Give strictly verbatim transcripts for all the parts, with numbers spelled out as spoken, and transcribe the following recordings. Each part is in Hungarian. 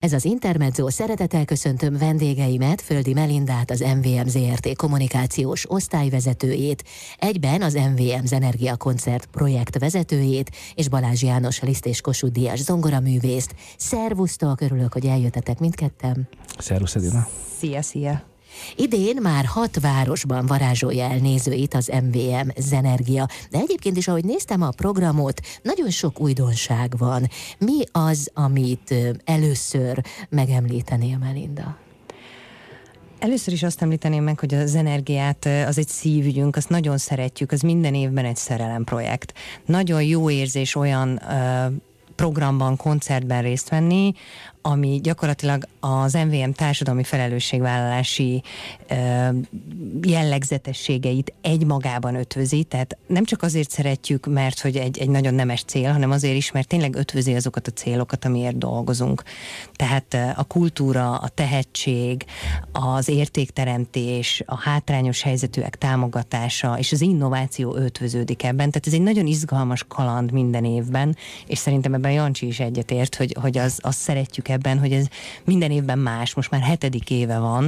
Ez az Intermezzo, szeretettel köszöntöm vendégeimet, Földi Melindát, az em vé em zé er té kommunikációs osztályvezetőjét, egyben az em vé em Zenergia Koncert projekt vezetőjét, és Balázs János Liszt és Kossuth Díjas zongoraművészt. Szervusztok, örülök, hogy eljöttetek mindketten. Szervusz, Edina. Szia, szia. Idén már hat városban varázsolja el nézőit az em vé em Zenergia, de egyébként is, ahogy néztem a programot, nagyon sok újdonság van. Mi az, amit először megemlítenél, Melinda? Először is azt említeném meg, hogy az Zenergiát az egy szívügyünk, azt nagyon szeretjük, az minden évben egy szerelemprojekt. Nagyon jó érzés olyan uh, programban, koncertben részt venni, ami gyakorlatilag az em vé em társadalmi felelősségvállalási ö, jellegzetességeit egymagában ötvözi, tehát nem csak azért szeretjük, mert hogy egy, egy nagyon nemes cél, hanem azért is, mert tényleg ötvözi azokat a célokat, amiért dolgozunk. Tehát a kultúra, a tehetség, az értékteremtés, a hátrányos helyzetűek támogatása és az innováció ötvöződik ebben, tehát ez egy nagyon izgalmas kaland minden évben, és szerintem ebben Jancsi is egyetért, hogy, hogy az, azt szeretjük ebben, hogy ez minden évben más, most már hetedik éve van,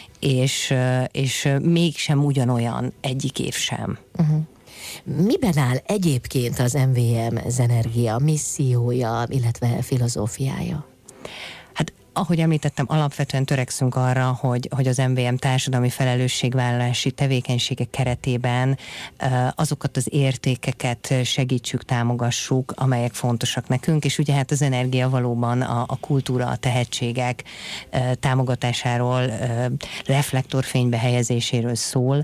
és, és mégsem ugyanolyan egyik év sem. Uh-huh. Miben áll egyébként az em vé em Zenergia missziója, illetve filozófiája? Hát, ahogy említettem, alapvetően törekszünk arra, hogy, hogy az em vé em társadalmi felelősségvállalási tevékenységek keretében azokat az értékeket segítsük, támogassuk, amelyek fontosak nekünk, és ugye hát az energia valóban a, a kultúra, a tehetségek támogatásáról, reflektorfénybe helyezéséről szól,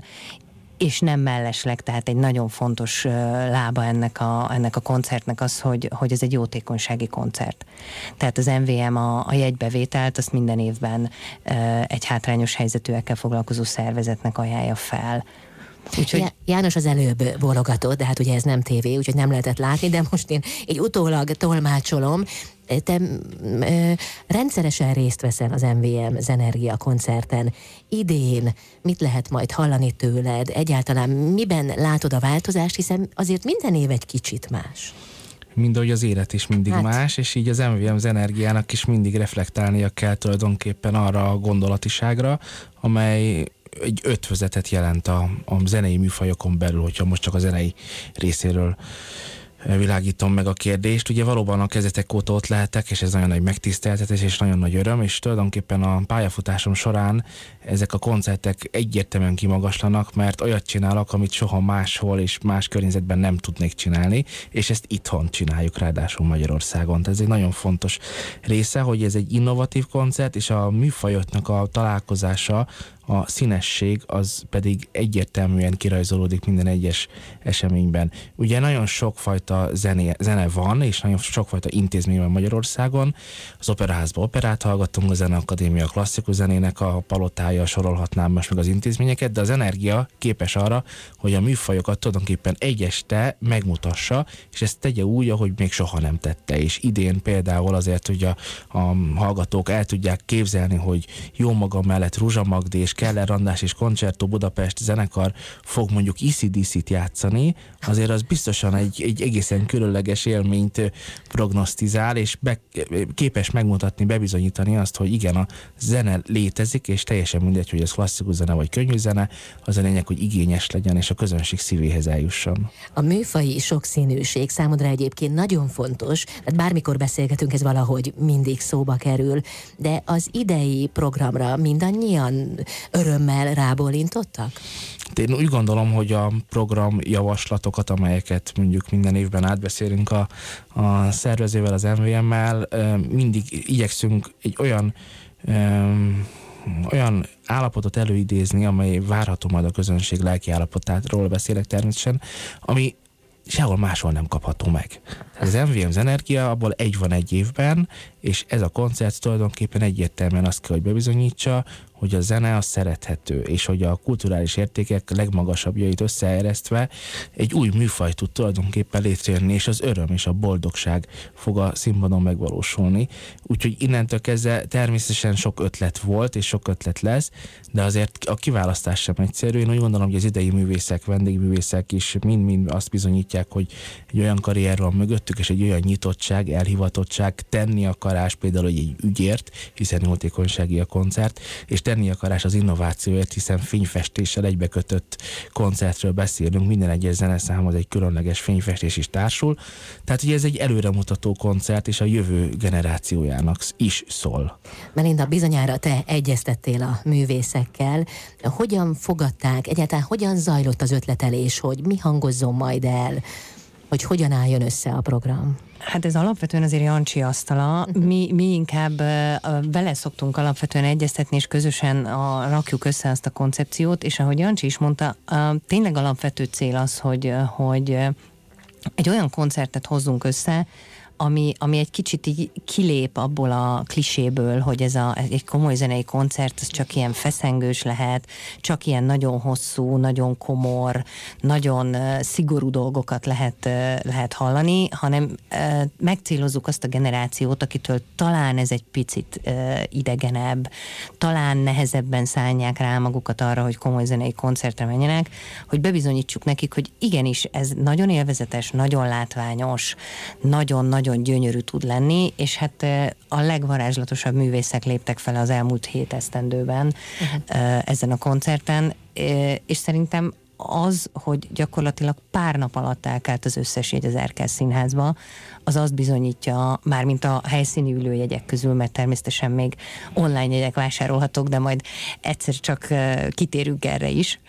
és nem mellesleg, tehát egy nagyon fontos uh, lába ennek a, ennek a koncertnek az, hogy, hogy ez egy jótékonysági koncert. Tehát az em vé em a, a jegybevételt azt minden évben uh, egy hátrányos helyzetűekkel foglalkozó szervezetnek ajánlja fel. Úgyhogy... János az előbb bólogatott, de hát ugye ez nem tévé, úgyhogy nem lehetett látni, de most én így utólag tolmácsolom. Te ö, rendszeresen részt veszel az em vé em Zenergia koncerten. Idén mit lehet majd hallani tőled? Egyáltalán miben látod a változást, hiszen azért minden év egy kicsit más. Mindahogy az élet is mindig hát. más, és így az em vé em Zenergiának is mindig reflektálnia kell tulajdonképpen arra a gondolatiságra, amely egy ötvözetet jelent a, a zenei műfajokon belül, hogyha most csak a zenei részéről világítom meg a kérdést. Ugye valóban a kezdetek óta ott lehetek, és ez nagyon nagy megtiszteltetés, és nagyon nagy öröm, és tulajdonképpen a pályafutásom során ezek a koncertek egyértelműen kimagaslanak, mert olyat csinálok, amit soha máshol és más környezetben nem tudnék csinálni, és ezt itthon csináljuk, ráadásul Magyarországon. Tehát ez egy nagyon fontos része, hogy ez egy innovatív koncert, és a műfajoknak a találkozása, a színesség az pedig egyértelműen kirajzolódik minden egyes eseményben. Ugye nagyon sokfajta zené, zene van, és nagyon sokfajta intézmény van Magyarországon. Az Operaházban operát hallgattunk, a Zeneakadémia klasszikus zenének a palotája, sorolhatnám most meg az intézményeket, de az Energia képes arra, hogy a műfajokat tulajdonképpen egy este megmutassa, és ezt tegye úgy, ahogy még soha nem tette. És idén például azért, hogy a, a hallgatók el tudják képzelni, hogy jó magam mellett Ruzsa Magdi és Keller András és Concerto Budapest zenekar fog mondjuk á cé dé cét játszani, azért az biztosan egy, egy egészen különleges élményt prognosztizál, és be, képes megmutatni, bebizonyítani azt, hogy igen, a zene létezik, és teljesen mindegy, hogy ez klasszikus zene vagy könnyű zene, az a lényeg, hogy igényes legyen, és a közönség szívéhez eljusson. A műfaji sokszínűség számodra egyébként nagyon fontos, tehát bármikor beszélgetünk, ez valahogy mindig szóba kerül, de az idei programra mindannyian örömmel rábólintottak? Én úgy gondolom, hogy a program javaslatokat, amelyeket mondjuk minden évben átbeszélünk a, a szervezővel, az em vé emmel, mindig igyekszünk egy olyan öm, olyan állapotot előidézni, amely várható majd a közönség lelki állapotáról beszélek természetesen, ami sehol máshol nem kapható meg. Az em vé em Zenergia abból egy van egy évben, és ez a koncert tulajdonképpen egyértelműen azt kell, hogy bebizonyítsa, hogy a zene az szerethető, és hogy a kulturális értékek legmagasabbjait összeeresztve egy új műfaj tud tulajdonképpen létrejönni, és az öröm és a boldogság fog a színpadon megvalósulni. Úgyhogy innentől kezdve természetesen sok ötlet volt, és sok ötlet lesz, de azért a kiválasztás sem egyszerű. Én úgy gondolom, hogy az idei művészek, vendégművészek is mind-mind azt bizonyítják, hogy egy olyan karrier van mögöttük, és egy olyan nyitottság, elhivatottság, tenni akar, akarás például egy ügyért, hiszen jótékonysági a koncert, és tenni akarás az innovációért, hiszen fényfestéssel egybekötött koncertről beszélünk, minden egyes zeneszámhoz egy különleges fényfestés is társul, tehát ugye ez egy előremutató koncert, és a jövő generációjának is szól. Melinda, bizonyára te egyeztettél a művészekkel. Hogyan fogadták, egyáltalán hogyan zajlott az ötletelés, hogy mi hangozzon majd el, hogy hogyan álljon össze a program? Hát ez alapvetően azért Jancsi asztala. Mi, mi inkább uh, vele szoktunk alapvetően egyeztetni, és közösen a, rakjuk össze azt a koncepciót, és ahogy Jancsi is mondta, uh, tényleg alapvető cél az, hogy, uh, hogy uh, egy olyan koncertet hozzunk össze, ami, ami egy kicsit így kilép abból a kliséből, hogy ez a, egy komoly zenei koncert, ez csak ilyen feszengős lehet, csak ilyen nagyon hosszú, nagyon komor, nagyon uh, szigorú dolgokat lehet, uh, lehet hallani, hanem uh, megcélozzuk azt a generációt, akitől talán ez egy picit uh, idegenebb, talán nehezebben szállják rá magukat arra, hogy komoly zenei koncertre menjenek, hogy bebizonyítsuk nekik, hogy igenis ez nagyon élvezetes, nagyon látványos, nagyon-nagyon nagyon gyönyörű tud lenni, és hát a legvarázslatosabb művészek léptek fel az elmúlt hét esztendőben uh-huh. ezen a koncerten, és szerintem az, hogy gyakorlatilag pár nap alatt elkelt az összes jegy az Erkel Színházba, az azt bizonyítja, mármint a helyszíni ülőjegyek közül, mert természetesen még online jegyek vásárolhatók, de majd egyszer csak uh, kitérünk erre is.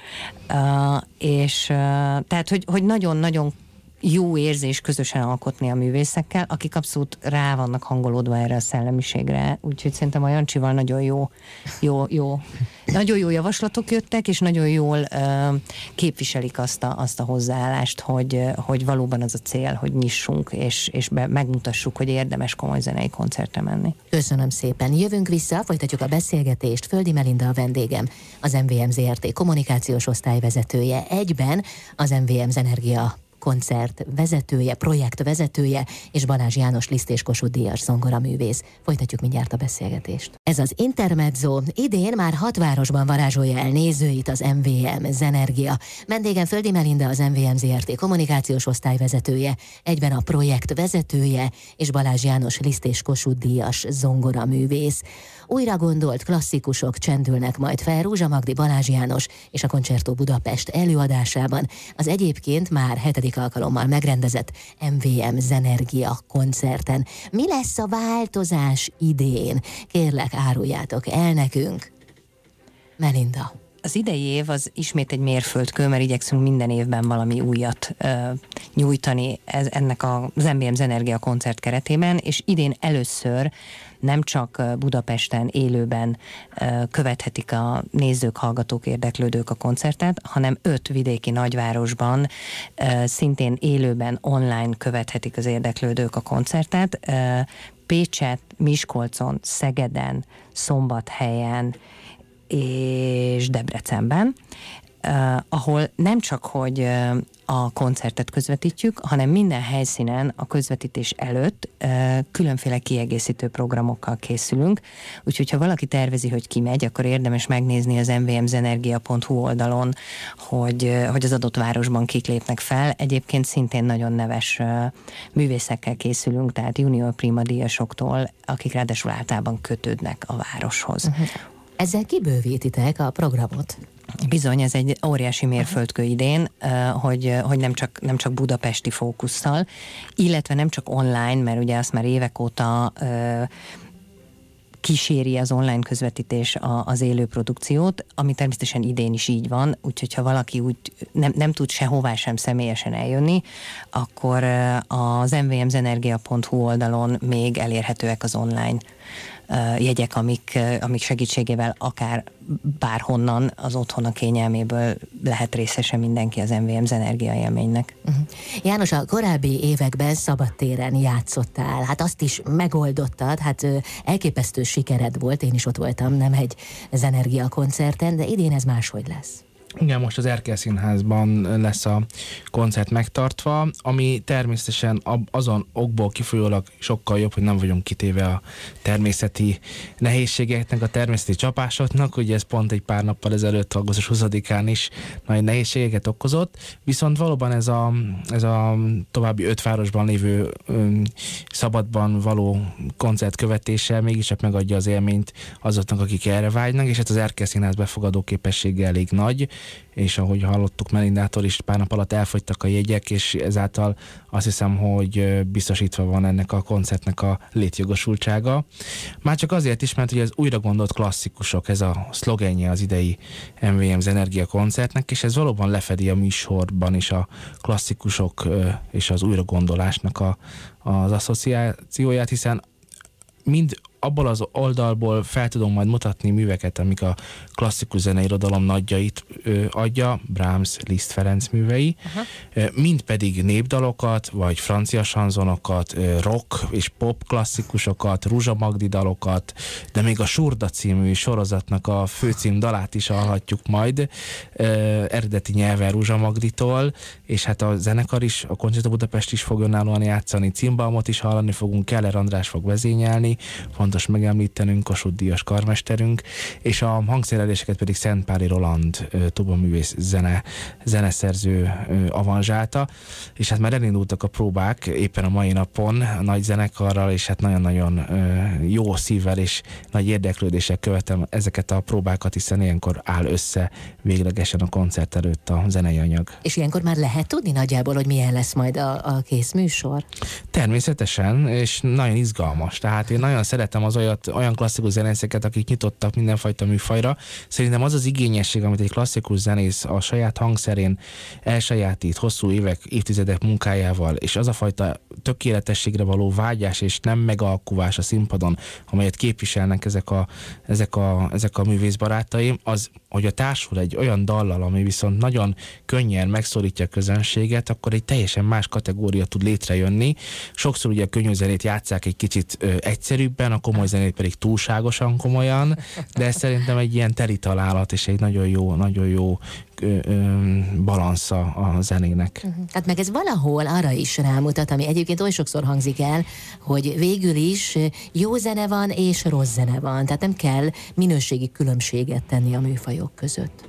Uh, és uh, tehát, hogy, hogy nagyon-nagyon jó érzés közösen alkotni a művészekkel, akik abszolút rá vannak hangolódva erre a szellemiségre, úgyhogy szerintem a Jancsival nagyon jó, jó, jó, nagyon jó javaslatok jöttek, és nagyon jól uh, képviselik azt a, azt a hozzáállást, hogy, hogy valóban az a cél, hogy nyissunk, és, és be, megmutassuk, hogy érdemes komoly zenei koncertre menni. Köszönöm szépen. Jövünk vissza, folytatjuk a beszélgetést. Földi Melinda a vendégem, az em vé em zé er té kommunikációs osztályvezetője, egyben az em vé em Zenergia koncert vezetője, projekt vezetője, és Balázs János Liszt és Kossuth Díjas zongoraművész. Folytatjuk mindjárt a beszélgetést. Ez az Intermezzo. Idén már hat városban varázsolja el nézőit az em vé em Zenergia. Vendégem Földi Melinda, az em vé em zé er té kommunikációs osztályvezetője, egyben a projekt vezetője, és Balázs János Liszt és Kossuth Díjas zongoraművész. Újra gondolt klasszikusok csendülnek majd fel Rózsa Magdi, Balázs János és a Concerto Budapest előadásában az egyébként már hetedik alkalommal megrendezett em vé em Zenergia koncerten. Mi lesz a változás idén? Kérlek, áruljátok el nekünk. Melinda. Az idei év az ismét egy mérföldkő, mert igyekszünk minden évben valami újat ö, nyújtani ez, ennek az em vé em Zenergia koncert keretében, és idén először nem csak Budapesten élőben ö, követhetik a nézők, hallgatók, érdeklődők a koncertet, hanem öt vidéki nagyvárosban ö, szintén élőben online követhetik az érdeklődők a koncertet. Ö, Pécset, Miskolcon, Szegeden, Szombathelyen és Debrecenben, uh, ahol nem csak, hogy uh, a koncertet közvetítjük, hanem minden helyszínen a közvetítés előtt uh, különféle kiegészítő programokkal készülünk, úgyhogy ha valaki tervezi, hogy kimegy, akkor érdemes megnézni az em vé em zenergia pont hu oldalon, hogy, uh, hogy az adott városban kik lépnek fel. Egyébként szintén nagyon neves uh, művészekkel készülünk, tehát junior prima díjasoktól, akik ráadásul általában kötődnek a városhoz. Uh-huh. Ezzel kibővítitek a programot? Bizony, ez egy óriási mérföldkő idén, hogy, hogy nem, csak, nem csak budapesti fókusszal, illetve nem csak online, mert ugye azt már évek óta kíséri az online közvetítés a, az élő produkciót, ami természetesen idén is így van, úgyhogy ha valaki úgy nem, nem tud sehová sem személyesen eljönni, akkor az em vé em zenergia pont hu oldalon még elérhetőek az online jegyek, amik, amik segítségével akár bárhonnan az otthona kényelméből lehet részese mindenki az em vé em Zenergia élménynek. Uh-huh. János, a korábbi években szabadtéren játszottál, hát azt is megoldottad, hát elképesztő sikered volt, én is ott voltam, nem egy Zenergia koncerten, de idén ez máshogy lesz. Igen, most az Erkel Színházban lesz a koncert megtartva, ami természetesen azon okból kifolyólag sokkal jobb, hogy nem vagyunk kitéve a természeti nehézségeknek, a természeti csapásoknak, ugye ez pont egy pár nappal ezelőtt, augusztus huszadikán is nagy nehézségeket okozott, viszont valóban ez a, ez a további öt városban lévő öm, szabadban való koncertkövetése mégiscsak megadja az élményt azoknak, akik erre vágynak, és hát az Erkel Színház befogadó képessége elég nagy, és ahogy hallottuk Melindától is, pár nap alatt elfogytak a jegyek, és ezáltal azt hiszem, hogy biztosítva van ennek a koncertnek a létjogosultsága. Már csak azért is, mert ugye az újra gondolt klasszikusok, ez a szlogenje az idei em vé em Zenergia koncertnek, és ez valóban lefedi a műsorban is a klasszikusok és az újragondolásnak a, az asszociációját, hiszen mind abból az oldalból fel tudom majd mutatni műveket, amik a klasszikus zeneirodalom nagyjait ö, adja, Brahms, Liszt, Ferenc művei, ö, mind pedig népdalokat, vagy francia sanzonokat, ö, rock és pop klasszikusokat, Ruzsa Magdi dalokat, de még a Surda című sorozatnak a főcím dalát is hallhatjuk majd, ö, eredeti nyelven Ruzsa Magditól, és hát a zenekar is, a Concerto Budapest is fog önállóan játszani, címbalmot is hallani fogunk, Keller András fog vezényelni, fontos megemlítenünk, Kossuth Díjas karmesterünk, és a hangszereléseket pedig Szentpáli Roland tubaművész zene, zeneszerző avanzsálta, és hát már elindultak a próbák éppen a mai napon a nagy zenekarral, és hát nagyon-nagyon jó szívvel és nagy érdeklődéssel követem ezeket a próbákat, hiszen ilyenkor áll össze véglegesen a koncert előtt a zenei anyag. És ilyenkor már lehet tudni nagyjából, hogy milyen lesz majd a, a kész műsor? Természetesen, és nagyon izgalmas. Tehát én nagyon szeretem az olyat, olyan klasszikus zenészeket, akik nyitottak mindenfajta műfajra. Szerintem az az igényesség, amit egy klasszikus zenész a saját hangszerén elsajátít hosszú évek, évtizedek munkájával, és az a fajta tökéletességre való vágyás és nem megalkuvás a színpadon, amelyet képviselnek ezek a, ezek a, ezek a művészbarátaim, az, hogy a társul egy olyan dallal, ami viszont nagyon könnyen megszólítja a közönséget, akkor egy teljesen más kategória tud létrejönni. Sokszor ugye a könnyű zenét játsszák egy kicsit ö, egyszerűbben, a komoly zenét pedig túlságosan komolyan, de ez szerintem egy ilyen teli találat, és egy nagyon jó, nagyon jó ö, ö, balansza a zenének. Uh-huh. Hát meg ez valahol arra is rámutat, ami egyébként oly sokszor hangzik el, hogy végül is jó zene van és rossz zene van, tehát nem kell minőségi különbséget tenni a műfajok között.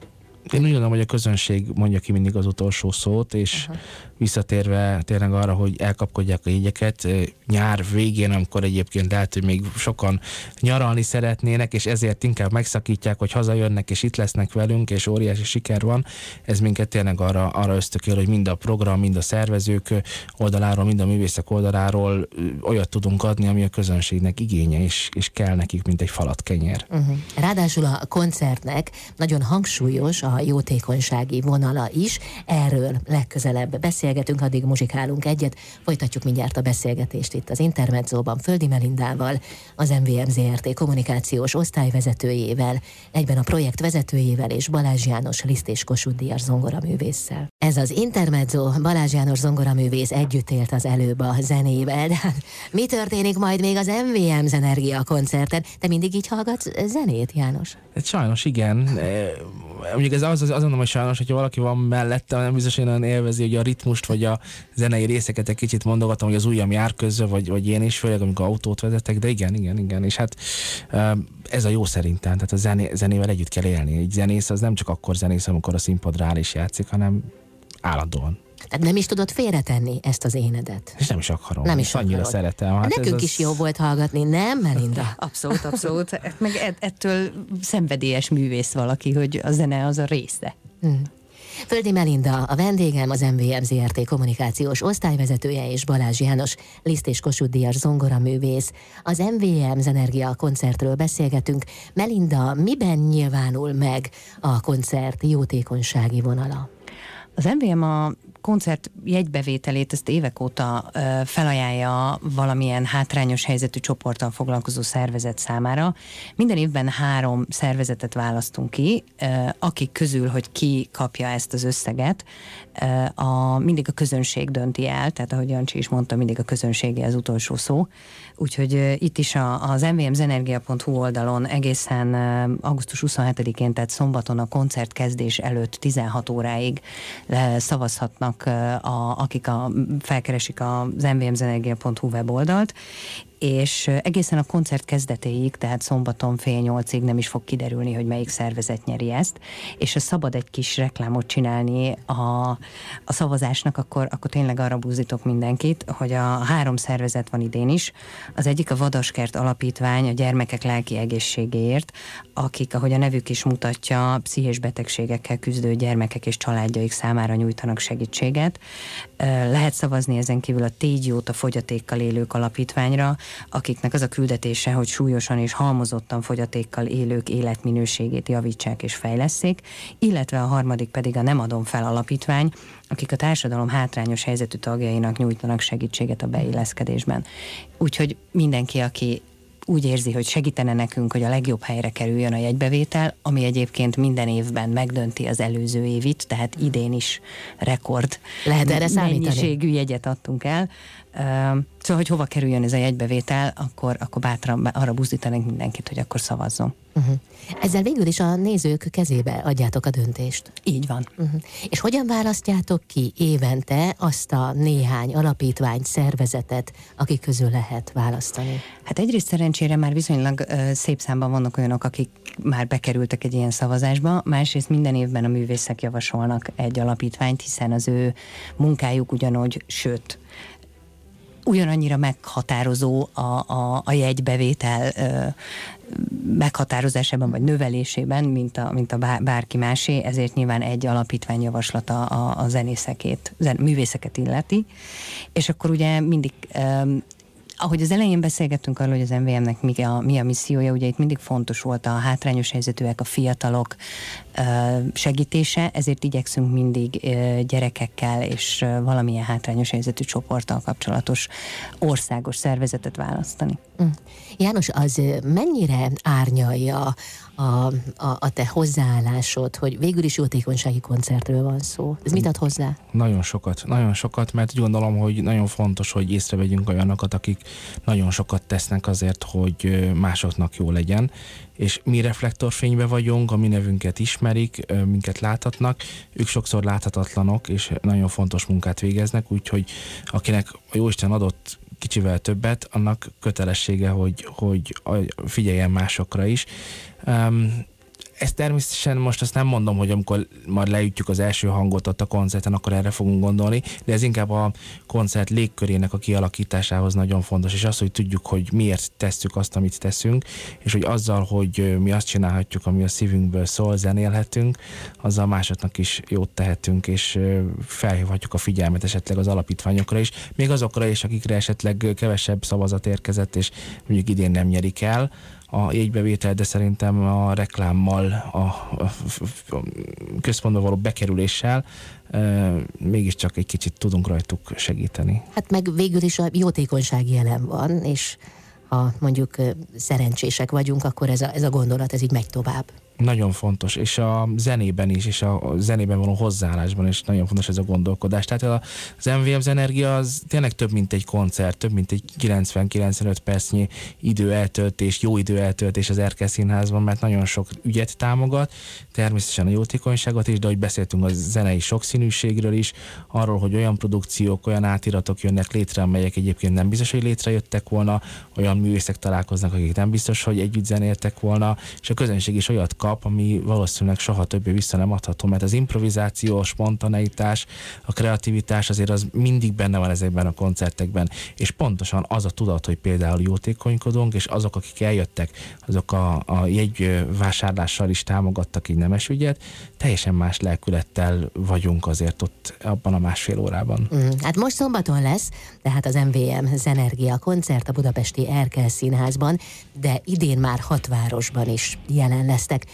Én úgy gondolom, hogy a közönség mondja ki mindig az utolsó szót, és uh-huh. visszatérve tényleg arra, hogy elkapkodják a jegyeket, nyár végén, amikor egyébként lehet, hogy még sokan nyaralni szeretnének, és ezért inkább megszakítják, hogy hazajönnek, és itt lesznek velünk, és óriási siker van. Ez minket tényleg arra, arra ösztökél, hogy mind a program, mind a szervezők oldaláról, mind a művészek oldaláról olyat tudunk adni, ami a közönségnek igénye, és, és kell nekik, mint egy falat kenyér. Uh-huh. Ráadásul a koncertnek nagyon hangsúlyos a jótékonysági vonala is. Erről legközelebb beszélgetünk, addig muzsikálunk egyet, folytatjuk mindjárt a beszélgetést itt az Intermedzóban Földi Melindával, az em vé em zé er té kommunikációs osztályvezetőjével, egyben a projekt vezetőjével és Balázs János Liszt és Kossuth Díjas zongoraművésszel. Ez az Intermezzo, Balázs János zongoraművész együtt élt az előbb a zenével, de mi történik majd még az em vé em Zenergia koncerten? Te mindig így hallgatsz zenét, János? Hát sajnos igen. Mondjuk ez az, az, azt mondom, hogy sajnos, hogyha valaki van mellette, nem biztos, hogy nagyon élvezi, hogy a ritmust vagy a zenei részeket egy kicsit mondogatom, hogy az ujjam jár közben, vagy, vagy én is, főleg amikor autót vezetek, de igen, igen, igen. És hát ez a jó szerintem, tehát a zené, zenével együtt kell élni. Egy zenész az nem csak akkor zenész, amikor a színpadra áll és játszik, hanem állandóan. Tehát nem is tudod félretenni ezt az énedet. És nem is akarom. Nem is annyira akarod. Szeretem. Hát nekünk ez is az... jó volt hallgatni, nem, Melinda? Abszolút, abszolút. Meg ettől szenvedélyes művész valaki, hogy a zene az a része. Hmm. Földi Melinda, a vendégem, az em vé em zé er té kommunikációs osztályvezetője, és Balázs János Liszt és Kossuth Díjas zongoraművész. Az em vé em Zenergia koncertről beszélgetünk. Melinda, miben nyilvánul meg a koncert jótékonysági vonala? Az em vé em a koncert jegybevételét ezt évek óta felajánlja valamilyen hátrányos helyzetű csoporttal foglalkozó szervezet számára. Minden évben három szervezetet választunk ki, akik közül, hogy ki kapja ezt az összeget, a, mindig a közönség dönti el, tehát ahogy Jancsi is mondta, mindig a közönségé az utolsó szó. Úgyhogy itt is a, az em vé em zenergia pont hu oldalon egészen augusztus huszonhetedikén, tehát szombaton a koncertkezdés előtt tizenhat óráig szavazhatnak, a, akik a, felkeresik az em vé em zenergia pont hu weboldalt, és egészen a koncert kezdetéig, tehát szombaton fél nyolcig nem is fog kiderülni, hogy melyik szervezet nyeri ezt, és ha szabad egy kis reklámot csinálni a, a szavazásnak, akkor, akkor tényleg arra buzdítok mindenkit, hogy a három szervezet van idén is. Az egyik a Vadaskert Alapítvány a gyermekek lelki egészségéért, akik, ahogy a nevük is mutatja, pszichés betegségekkel küzdő gyermekek és családjaik számára nyújtanak segítséget. Lehet szavazni ezen kívül a Tégy jót a fogyatékkal élők alapítványra, akiknek az a küldetése, hogy súlyosan és halmozottan fogyatékkal élők életminőségét javítsák és fejlesszék, illetve a harmadik pedig a Nem adom fel alapítvány, akik a társadalom hátrányos helyzetű tagjainak nyújtanak segítséget a beilleszkedésben. Úgyhogy mindenki, aki úgy érzi, hogy segítene nekünk, hogy a legjobb helyre kerüljön a jegybevétel, ami egyébként minden évben megdönti az előző évit, tehát idén is rekord lehet erre számítani. Mennyiségű jegyet adtunk el. Szóval, hogy hova kerüljön ez a jegybevétel, akkor, akkor bátran arra buzdítanénk mindenkit, hogy akkor szavazzon. Uh-huh. Ezzel végül is a nézők kezébe adjátok a döntést. Így van. Uh-huh. És hogyan választjátok ki évente azt a néhány alapítványt, szervezetet, akik közül lehet választani? Hát egyrészt szerencsére már viszonylag uh, szép számban vannak olyanok, akik már bekerültek egy ilyen szavazásba, másrészt minden évben a művészek javasolnak egy alapítványt, hiszen az ő munkájuk ugyanúgy, sőt, ugyanannyira meghatározó a, a, a jegybevétel ö, meghatározásában vagy növelésében, mint a, mint a bár, bárki másé, ezért nyilván egy alapítvány javaslata a, a zenészekét, zen, művészeket illeti, és akkor ugye mindig ö, ahogy az elején beszélgettünk arról, hogy az em vé em-nek mi a, mi a missziója, ugye itt mindig fontos volt a hátrányos helyzetűek, a fiatalok segítése, ezért igyekszünk mindig gyerekekkel és valamilyen hátrányos helyzetű csoporttal kapcsolatos országos szervezetet választani. János, az mennyire árnyalja a, a, a te hozzáállásod, hogy végül is jótékonysági koncertről van szó? Ez mit ad hozzá? Nagyon sokat, nagyon sokat, mert úgy gondolom, hogy nagyon fontos, hogy észrevegyünk olyanokat, akik nagyon sokat tesznek azért, hogy másoknak jó legyen, és mi reflektorfénybe vagyunk, a mi nevünket ismerik, minket láthatnak, ők sokszor láthatatlanok, és nagyon fontos munkát végeznek, úgyhogy akinek a Jóisten adott kicsivel többet, annak kötelessége, hogy, hogy figyeljen másokra is. Um, ezt természetesen most azt nem mondom, hogy amikor majd leütjük az első hangot ott a koncerten, akkor erre fogunk gondolni, de ez inkább a koncert légkörének a kialakításához nagyon fontos, és az, hogy tudjuk, hogy miért tesszük azt, amit teszünk, és hogy azzal, hogy mi azt csinálhatjuk, ami a szívünkből szól, zenélhetünk, azzal másoknak is jót tehetünk, és felhívhatjuk a figyelmet esetleg az alapítványokra is, még azokra is, akikre esetleg kevesebb szavazat érkezett, és mondjuk idén nem nyerik el a jegybevétel, de szerintem a reklámmal, a, a, a központba való bekerüléssel e, mégiscsak egy kicsit tudunk rajtuk segíteni. Hát meg végül is a jótékonysági jelen van, és ha mondjuk szerencsések vagyunk, akkor ez a, ez a gondolat, ez így megy tovább. Nagyon fontos, és a zenében is, és a zenében való hozzáállásban is nagyon fontos ez a gondolkodás. Tehát az em vé em Zenergia az tényleg több, mint egy koncert, több, mint egy kilencven-kilencvenöt percnyi időeltöltés, jó időeltöltés az Erkel Színházban, mert nagyon sok ügyet támogat, természetesen a jótékonyságot is, de ahogy beszéltünk a zenei sokszínűségről is, arról, hogy olyan produkciók, olyan átiratok jönnek létre, amelyek egyébként nem biztos, hogy létrejöttek volna, olyan művészek találkoznak, akik nem biztos, hogy együtt zenéltek volna, és a közönség is olyat kap, ami valószínűleg soha többé vissza nem adható, mert az improvizáció, a spontaneitás, a kreativitás azért az mindig benne van ezekben a koncertekben, és pontosan az a tudat, hogy például jótékonykodunk, és azok, akik eljöttek, azok a, a jegyvásárlással is támogattak így nemes ügyet, teljesen más lelkülettel vagyunk azért ott abban a másfél órában. Mm, hát most szombaton lesz, tehát az em vé em Zenergia koncert a budapesti Erkel Színházban, de idén már hat városban is jelen lesztek.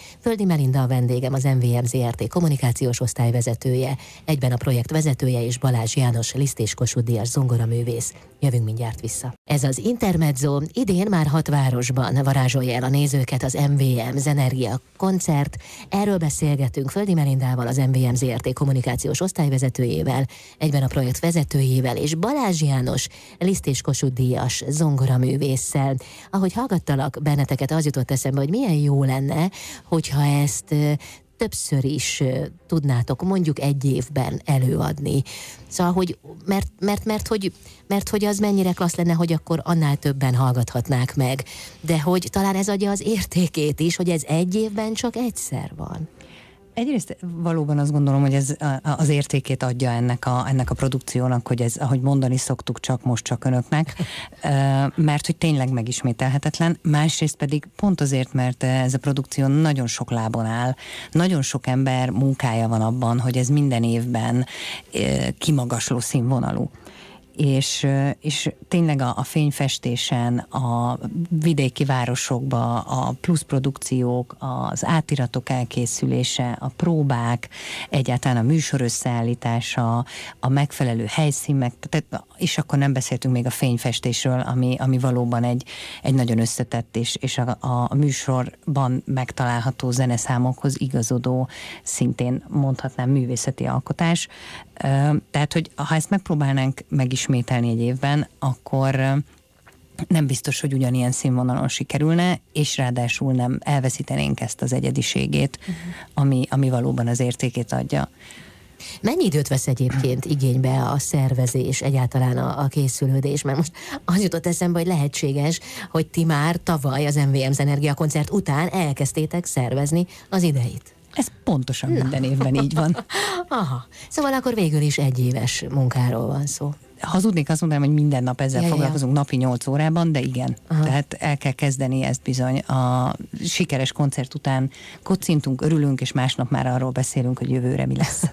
Földi Melinda a vendégem, az em vé em zé er té kommunikációs osztályvezetője, egyben a projekt vezetője, és Balázs János Liszt és Kossuth Díjas zongoraművész. Jövünk mindjárt vissza. Ez az Intermezzo, idén már hat városban varázsolja el a nézőket az em vé em Zenergia koncert. Erről beszélgetünk Földi Melindával, az em vé em zé er té kommunikációs osztályvezetőjével, egyben a projekt vezetőjével, és Balázs János Liszt és Kossuth Díjas zongoraművésszel. Ahogy hallgattalak benneteket, az jutott eszembe, hogy milyen jó lenne, hogyha ezt többször is tudnátok mondjuk egy évben előadni. Szóval, hogy mert, mert, mert, hogy, mert hogy az mennyire klassz lenne, hogy akkor annál többen hallgathatnák meg. De hogy talán ez adja az értékét is, hogy ez egy évben csak egyszer van. Egyrészt valóban azt gondolom, hogy ez az értékét adja ennek a, ennek a produkciónak, hogy ez, ahogy mondani szoktuk, csak most csak önöknek, mert hogy tényleg megismételhetetlen. Másrészt pedig pont azért, mert ez a produkció nagyon sok lábon áll, nagyon sok ember munkája van abban, hogy ez minden évben kimagasló színvonalú. És, és tényleg a, a fényfestésen, a vidéki városokba, a plusz produkciók, az átiratok elkészülése, a próbák, egyáltalán a műsor összeállítása, a megfelelő helyszínek, tehát, és akkor nem beszéltünk még a fényfestésről, ami, ami valóban egy, egy nagyon összetett, és, és a, a műsorban megtalálható zeneszámokhoz igazodó, szintén mondhatnám művészeti alkotás. Tehát, hogy ha ezt megpróbálnánk megismételni egy évben, akkor nem biztos, hogy ugyanilyen színvonalon sikerülne, és ráadásul nem elveszítenénk ezt az egyediségét, uh-huh. ami, ami valóban az értékét adja. Mennyi időt vesz egyébként igénybe a szervezés, egyáltalán a, a készülődés? Mert most az jutott eszembe, hogy lehetséges, hogy ti már tavaly az em vé em Zenergia koncert után elkezdtétek szervezni az ideit. Ez pontosan Na. minden évben így van. Aha. Szóval akkor végül is egyéves munkáról van szó. Hazudnék, azt mondanám, hogy minden nap ezzel ja, foglalkozunk ja. napi nyolc órában, de igen. Aha. Tehát el kell kezdeni ezt bizony. A sikeres koncert után kocintunk, örülünk, és másnap már arról beszélünk, hogy jövőre mi lesz.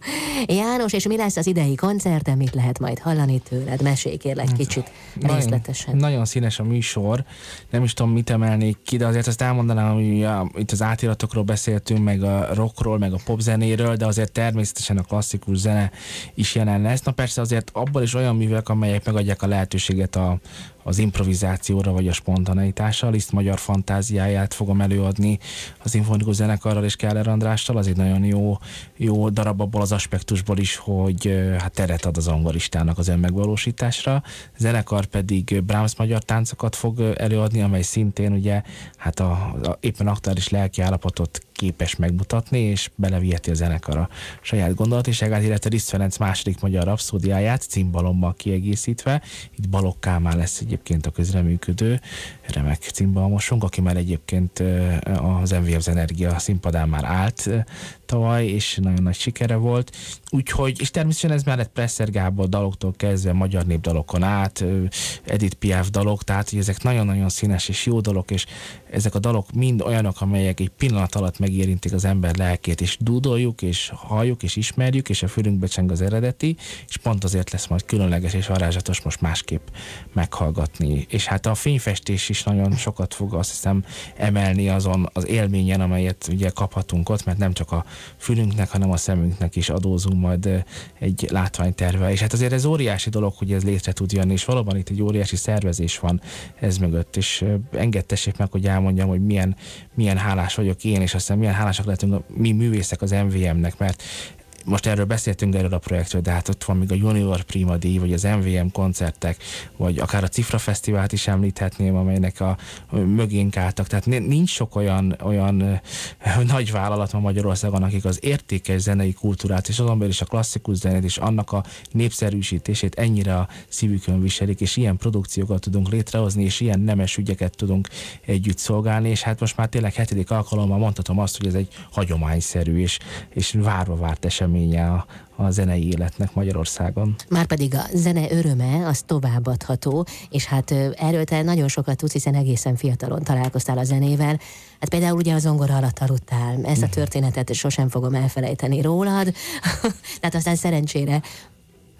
János, és mi lesz az idei koncerten? Mit lehet majd hallani tőled? Mesélj kérlek kicsit nagyon, részletesen. Nagyon színes a műsor. Nem is tudom, mit emelnék ki, de azért azt elmondanám, hogy ja, itt az átiratokról beszéltünk, meg a rockról, meg a popzenéről, de azért természetesen a klasszikus zene is jelen lesz. Na persze azért abból is olyan művek, amelyek megadják a lehetőséget a, az improvizációra vagy a spontaneitásra. Liszt magyar fantáziáját fogom előadni az Szimfonikus Zenekarral és Keller Andrással. Az egy nagyon jó, jó darab abból az aspektusból is, hogy hát teret ad az zongoristának az önmegvalósításra. A zenekar pedig Brahms magyar táncokat fog előadni, amely szintén ugye hát a, a éppen aktuális lelki állapotot képes megmutatni, és beleviheti a zenekar a saját gondolatiságát, illetve Liszt Ferenc második magyar rapszódiáját cimbalommal kiegészítve. Itt Balogh Kálmán lesz egyébként a közreműködő, remek cimbalmosunk, aki már egyébként az em vé em Zenergia színpadán már állt tavaly, és nagyon nagy sikere volt. Úgyhogy, és természetesen ez mellett Presser Gábor daloktól kezdve magyar népdalokon át, Edith Piaf dalok, tehát hogy ezek nagyon-nagyon színes és jó dalok, és ezek a dalok mind olyanok, amelyek egy pillanat alatt megérintik az ember lelkét, és dúdoljuk, és halljuk, és ismerjük, és a fülünkbe cseng az eredeti, és pont azért lesz majd különleges és varázslatos most másképp meghallgatni. És hát a fényfestés is nagyon sokat fog, azt hiszem, emelni azon az élményen, amelyet ugye kaphatunk ott, mert nem csak a fülünknek, hanem a szemünknek is adózunk majd egy látványtervvel. És hát azért ez óriási dolog, hogy ez létre tud jönni, és valóban itt egy óriási szervezés van ez mögött, és engedtessék meg, hogy elmondjam, hogy milyen, milyen hálás vagyok én, és aztán milyen hálásak lehetünk mi művészek az em vé em-nek, mert most erről beszéltünk erről a projektről, de hát ott van még a Junior Prima díj, vagy az em vé em koncertek, vagy akár a Cifra Fesztivált is említhetném, amelynek a mögénk álltak. Tehát nincs sok olyan, olyan nagy vállalat ma Magyarországon, akik az értékes zenei kultúrát, és azon belül is a klasszikus zenét, és annak a népszerűsítését ennyire a szívükön viselik, és ilyen produkciókat tudunk létrehozni, és ilyen nemes ügyeket tudunk együtt szolgálni, és hát most már tényleg hetedik alkalommal mondhatom azt, hogy ez egy hagyományszerű, és, és várva várt esemény A, a zenei életnek Magyarországon. Márpedig a zene öröme az továbbadható, és hát erről te nagyon sokat tudsz, hiszen egészen fiatalon találkoztál a zenével. Hát például ugye a zongora alatt aludtál. Ezt a történetet sosem fogom elfelejteni rólad. Tehát aztán szerencsére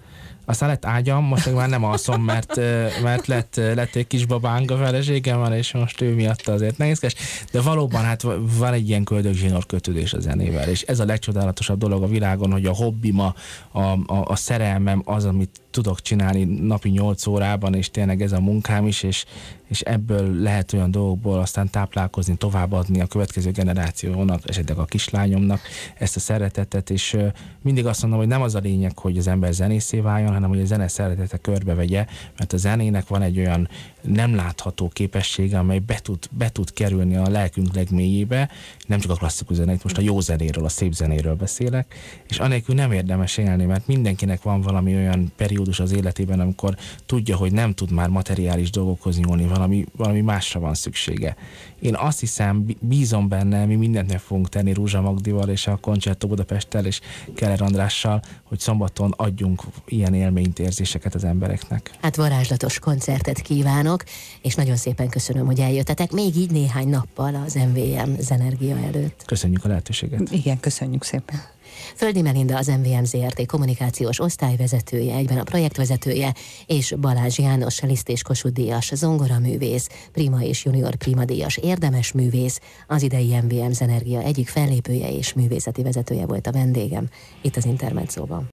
Aztán lett ágyam, most meg már nem alszom, mert, mert lett, lett egy kis babánk a feleségem van, és most ő miatt azért nehézkes. De valóban hát van egy ilyen köldögzsinór kötődés a zenével, és ez a legcsodálatosabb dolog a világon, hogy a hobbim, a, a, a szerelmem az, amit tudok csinálni napi nyolc órában, és tényleg ez a munkám is, és, és ebből lehet olyan dolgokból aztán táplálkozni, továbbadni a következő generációnak, esetleg a kislányomnak ezt a szeretetet, és mindig azt mondom, hogy nem az a lényeg, hogy az ember zenészé váljon, hanem hogy a zene szeretete körbevegye, mert a zenének van egy olyan nem látható képessége, amely be tud, be tud kerülni a lelkünk legmélyébe, nem csak a klasszikus zenét, most a jó zenéről, a szép zenéről beszélek, és anélkül nem érdemes élni, mert mindenkinek van valami olyan periódus az életében, amikor tudja, hogy nem tud már materiális dolgokhoz nyúlni, valami, valami másra van szüksége. Én azt hiszem, bízom benne, mi mindent meg fogunk tenni Rúzsa Magdival és a Concerto Budapesttel és Keller Andrással, hogy szombaton adjunk ilyen élményt, érzéseket az embereknek. Hát varázslatos koncertet kívánok, és nagyon szépen köszönöm, hogy eljöttetek, még így néhány nappal az em vé em Zenergia előtt. Köszönjük a lehetőséget. Igen, köszönjük szépen. Földi Melinda, az em vé em zé er té kommunikációs osztályvezetője, egyben a projektvezetője, és Balázs János, liszt és Kossuth díjas zongoraművész, prima és junior prima díjas érdemes művész, az idei em vé em Zenergia egyik fellépője és művészeti vezetője volt a vendégem itt az Intermedzóban.